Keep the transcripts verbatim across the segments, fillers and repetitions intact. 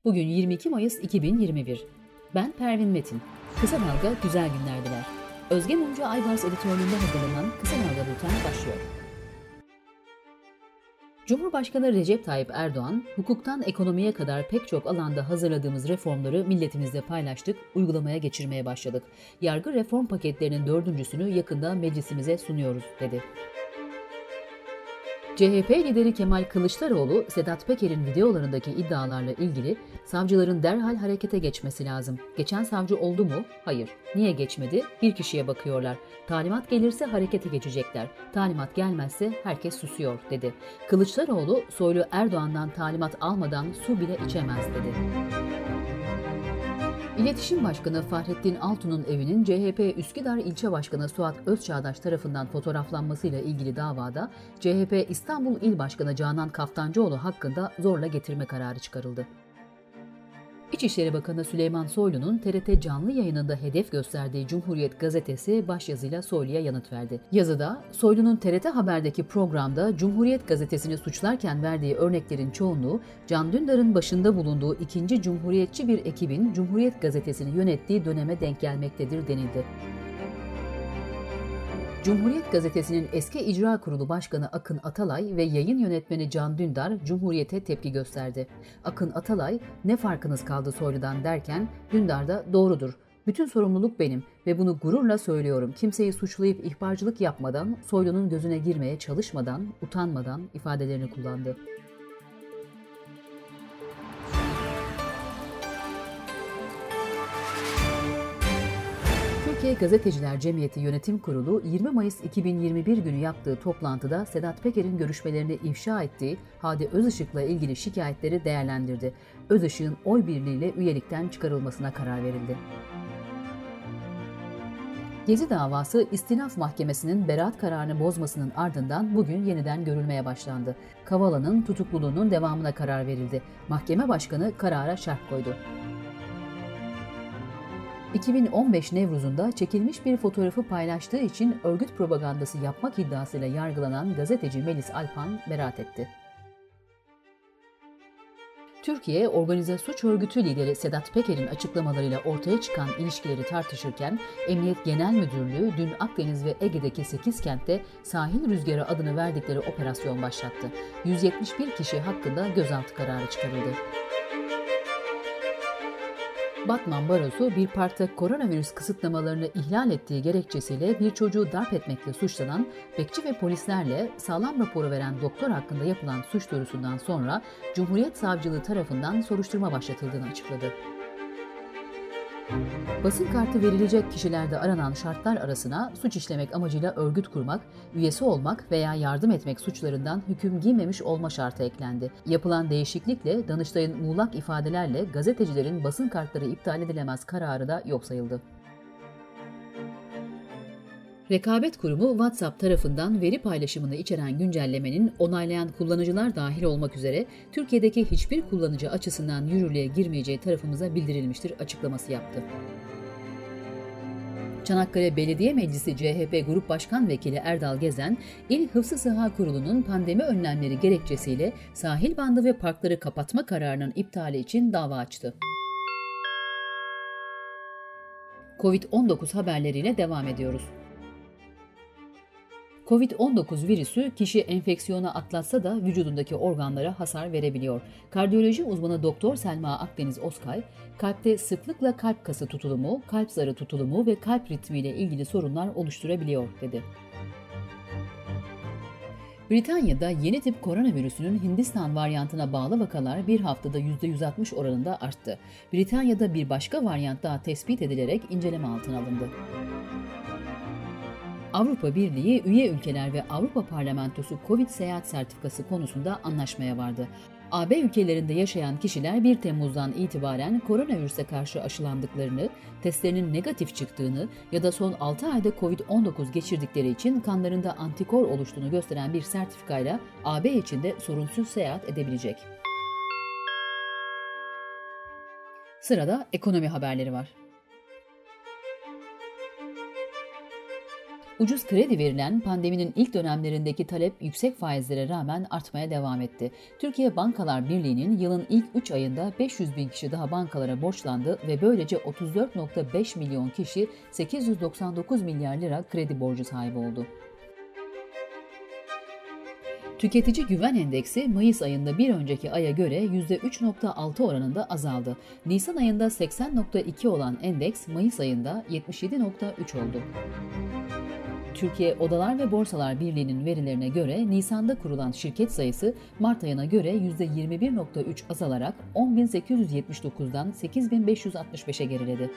Bugün yirmi iki Mayıs iki bin yirmi bir. Ben Pervin Metin. Kısa Dalga güzel günler diler. Özge Mumcu Aybars editörlüğünde hazırlanan Kısa Dalga Bülten başlıyor. Cumhurbaşkanı Recep Tayyip Erdoğan, hukuktan ekonomiye kadar pek çok alanda hazırladığımız reformları milletimizle paylaştık, uygulamaya geçirmeye başladık. Yargı reform paketlerinin dördüncüsünü yakında meclisimize sunuyoruz, dedi. C H P lideri Kemal Kılıçdaroğlu, Sedat Peker'in videolarındaki iddialarla ilgili savcıların derhal harekete geçmesi lazım. Geçen savcı oldu mu? Hayır. Niye geçmedi? Bir kişiye bakıyorlar. Talimat gelirse harekete geçecekler. Talimat gelmezse herkes susuyor, dedi. Kılıçdaroğlu, Soylu Erdoğan'dan talimat almadan su bile içemez, dedi. İletişim Başkanı Fahrettin Altun'un evinin C H P Üsküdar İlçe Başkanı Suat Özçağdaş tarafından fotoğraflanmasıyla ilgili davada C H P İstanbul İl Başkanı Canan Kaftancıoğlu hakkında zorla getirme kararı çıkarıldı. İçişleri Bakanı Süleyman Soylu'nun T R T canlı yayınında hedef gösterdiği Cumhuriyet gazetesi başyazıyla Soylu'ya yanıt verdi. Yazıda, Soylu'nun T R T Haber'deki programda Cumhuriyet gazetesini suçlarken verdiği örneklerin çoğunluğu, Can Dündar'ın başında bulunduğu ikinci cumhuriyetçi bir ekibin Cumhuriyet gazetesini yönettiği döneme denk gelmektedir denildi. Cumhuriyet Gazetesi'nin eski icra kurulu başkanı Akın Atalay ve yayın yönetmeni Can Dündar Cumhuriyet'e tepki gösterdi. Akın Atalay, "Ne farkınız kaldı Soylu'dan?" derken Dündar da "Doğrudur. Bütün sorumluluk benim ve bunu gururla söylüyorum. Kimseyi suçlayıp ihbarcılık yapmadan, Soylu'nun gözüne girmeye çalışmadan, utanmadan" ifadelerini kullandı. Türkiye Gazeteciler Cemiyeti Yönetim Kurulu yirmi Mayıs iki bin yirmi bir günü yaptığı toplantıda Sedat Peker'in görüşmelerini ifşa ettiği Hadi Özışık'la ilgili şikayetleri değerlendirdi. Özışık'ın oy birliğiyle üyelikten çıkarılmasına karar verildi. Gezi davası İstinaf Mahkemesi'nin beraat kararını bozmasının ardından bugün yeniden görülmeye başlandı. Kavala'nın tutukluluğunun devamına karar verildi. Mahkeme başkanı karara şerh koydu. iki bin on beş Nevruz'unda çekilmiş bir fotoğrafı paylaştığı için örgüt propagandası yapmak iddiasıyla yargılanan gazeteci Melis Alpan beraat etti. Türkiye, organize suç örgütü lideri Sedat Peker'in açıklamalarıyla ortaya çıkan ilişkileri tartışırken, Emniyet Genel Müdürlüğü dün Akdeniz ve Ege'deki sekiz kentte Sahil Rüzgarı adını verdikleri operasyon başlattı. yüz yetmiş bir kişi hakkında gözaltı kararı çıkarıldı. Batman Barosu, bir parkta koronavirüs kısıtlamalarını ihlal ettiği gerekçesiyle bir çocuğu darp etmekle suçlanan bekçi ve polislerle sağlam raporu veren doktor hakkında yapılan suç duyurusundan sonra Cumhuriyet Savcılığı tarafından soruşturma başlatıldığını açıkladı. Basın kartı verilecek kişilerde aranan şartlar arasına suç işlemek amacıyla örgüt kurmak, üyesi olmak veya yardım etmek suçlarından hüküm giymemiş olma şartı eklendi. Yapılan değişiklikle Danıştay'ın muğlak ifadelerle gazetecilerin basın kartları iptal edilemez kararı da yok sayıldı. Rekabet Kurumu, WhatsApp tarafından veri paylaşımını içeren güncellemenin onaylayan kullanıcılar dahil olmak üzere Türkiye'deki hiçbir kullanıcı açısından yürürlüğe girmeyeceği tarafımıza bildirilmiştir açıklaması yaptı. Çanakkale Belediye Meclisi C H P Grup Başkan Vekili Erdal Gezen, İl Hıfzı Sıha Kurulu'nun pandemi önlemleri gerekçesiyle sahil bandı ve parkları kapatma kararının iptali için dava açtı. kovid on dokuz haberleriyle devam ediyoruz. kovid on dokuz virüsü kişi enfeksiyonu atlatsa da vücudundaki organlara hasar verebiliyor. Kardiyoloji uzmanı Doktor Selma Akdeniz Oskay, kalpte sıklıkla kalp kası tutulumu, kalp zarı tutulumu ve kalp ritmiyle ilgili sorunlar oluşturabiliyor, dedi. Britanya'da yeni tip koronavirüsünün Hindistan varyantına bağlı vakalar bir haftada yüzde yüz altmış oranında arttı. Britanya'da bir başka varyant daha tespit edilerek inceleme altına alındı. Avrupa Birliği, üye ülkeler ve Avrupa Parlamentosu Covid seyahat sertifikası konusunda anlaşmaya vardı. A B ülkelerinde yaşayan kişiler bir Temmuz'dan itibaren koronavirüse karşı aşılandıklarını, testlerinin negatif çıktığını ya da son altı ayda kovid on dokuz geçirdikleri için kanlarında antikor oluştuğunu gösteren bir sertifikayla A B içinde sorunsuz seyahat edebilecek. Sırada ekonomi haberleri var. Ucuz kredi verilen pandeminin ilk dönemlerindeki talep yüksek faizlere rağmen artmaya devam etti. Türkiye Bankalar Birliği'nin yılın ilk üç ayında beş yüz bin kişi daha bankalara borçlandı ve böylece otuz dört virgül beş milyon kişi sekiz yüz doksan dokuz milyar lira kredi borcu sahibi oldu. Tüketici Güven Endeksi Mayıs ayında bir önceki aya göre yüzde üç virgül altı oranında azaldı. Nisan ayında seksen virgül iki olan endeks Mayıs ayında yetmiş yedi virgül üç oldu. Türkiye Odalar ve Borsalar Birliği'nin verilerine göre Nisan'da kurulan şirket sayısı Mart ayına göre yüzde yirmi bir virgül üç azalarak on bin sekiz yüz yetmiş dokuzdan sekiz bin beş yüz altmış beşe geriledi.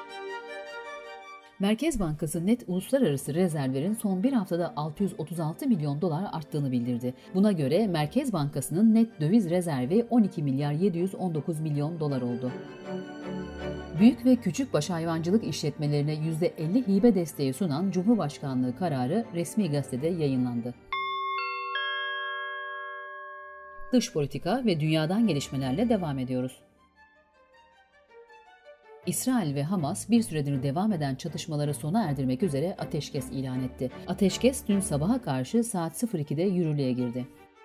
Merkez Bankası net uluslararası rezervlerin son bir haftada altı yüz otuz altı milyon dolar arttığını bildirdi. Buna göre Merkez Bankası'nın net döviz rezervi on iki milyar yedi yüz on dokuz milyon dolar oldu. Büyük ve küçükbaş hayvancılık işletmelerine yüzde elli hibe desteği sunan Cumhurbaşkanlığı kararı resmi gazetede yayınlandı. Dış politika ve dünyadan gelişmelerle devam ediyoruz. İsrail ve Hamas bir süredir devam eden çatışmaları sona erdirmek üzere ateşkes ilan etti. Ateşkes dün sabaha karşı saat sıfır ikide yürürlüğe girdi.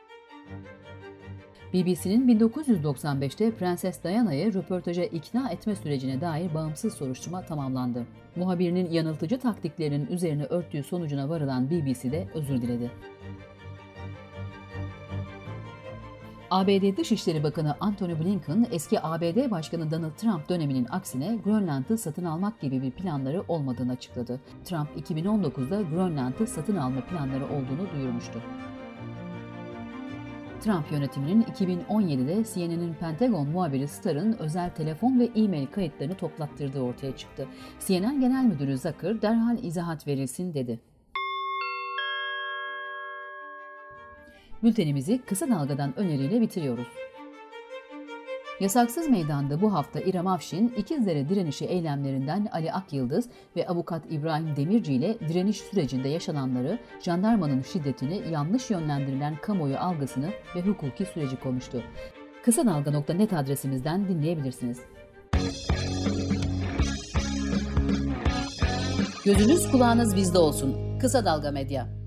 B B C'nin bin dokuz yüz doksan beşte Prenses Diana'yı röportaja ikna etme sürecine dair bağımsız soruşturma tamamlandı. Muhabirinin yanıltıcı taktiklerinin üzerine örttüğü sonucuna varılan B B C'de özür diledi. A B D Dışişleri Bakanı Antony Blinken, eski A B D Başkanı Donald Trump döneminin aksine Grönland'ı satın almak gibi bir planları olmadığını açıkladı. Trump iki bin on dokuzda Grönland'ı satın alma planları olduğunu duyurmuştu. Trump yönetiminin iki bin on yedide C N N'in Pentagon muhabiri Starr'ın özel telefon ve e-mail kayıtlarını toplattırdığı ortaya çıktı. C N N Genel Müdürü Zucker derhal izahat verilsin dedi. Bültenimizi kısa dalgadan öneriyle bitiriyoruz. Yasaksız Meydan'da bu hafta İrem Afşin, İkizlere direnişi eylemlerinden Ali Akyıldız ve avukat İbrahim Demirci ile direniş sürecinde yaşananları, jandarmanın şiddetini, yanlış yönlendirilen kamuoyu algısını ve hukuki süreci konuştu. kısa dalga nokta net adresimizden dinleyebilirsiniz. Gözünüz kulağınız bizde olsun. Kısa Dalga Medya.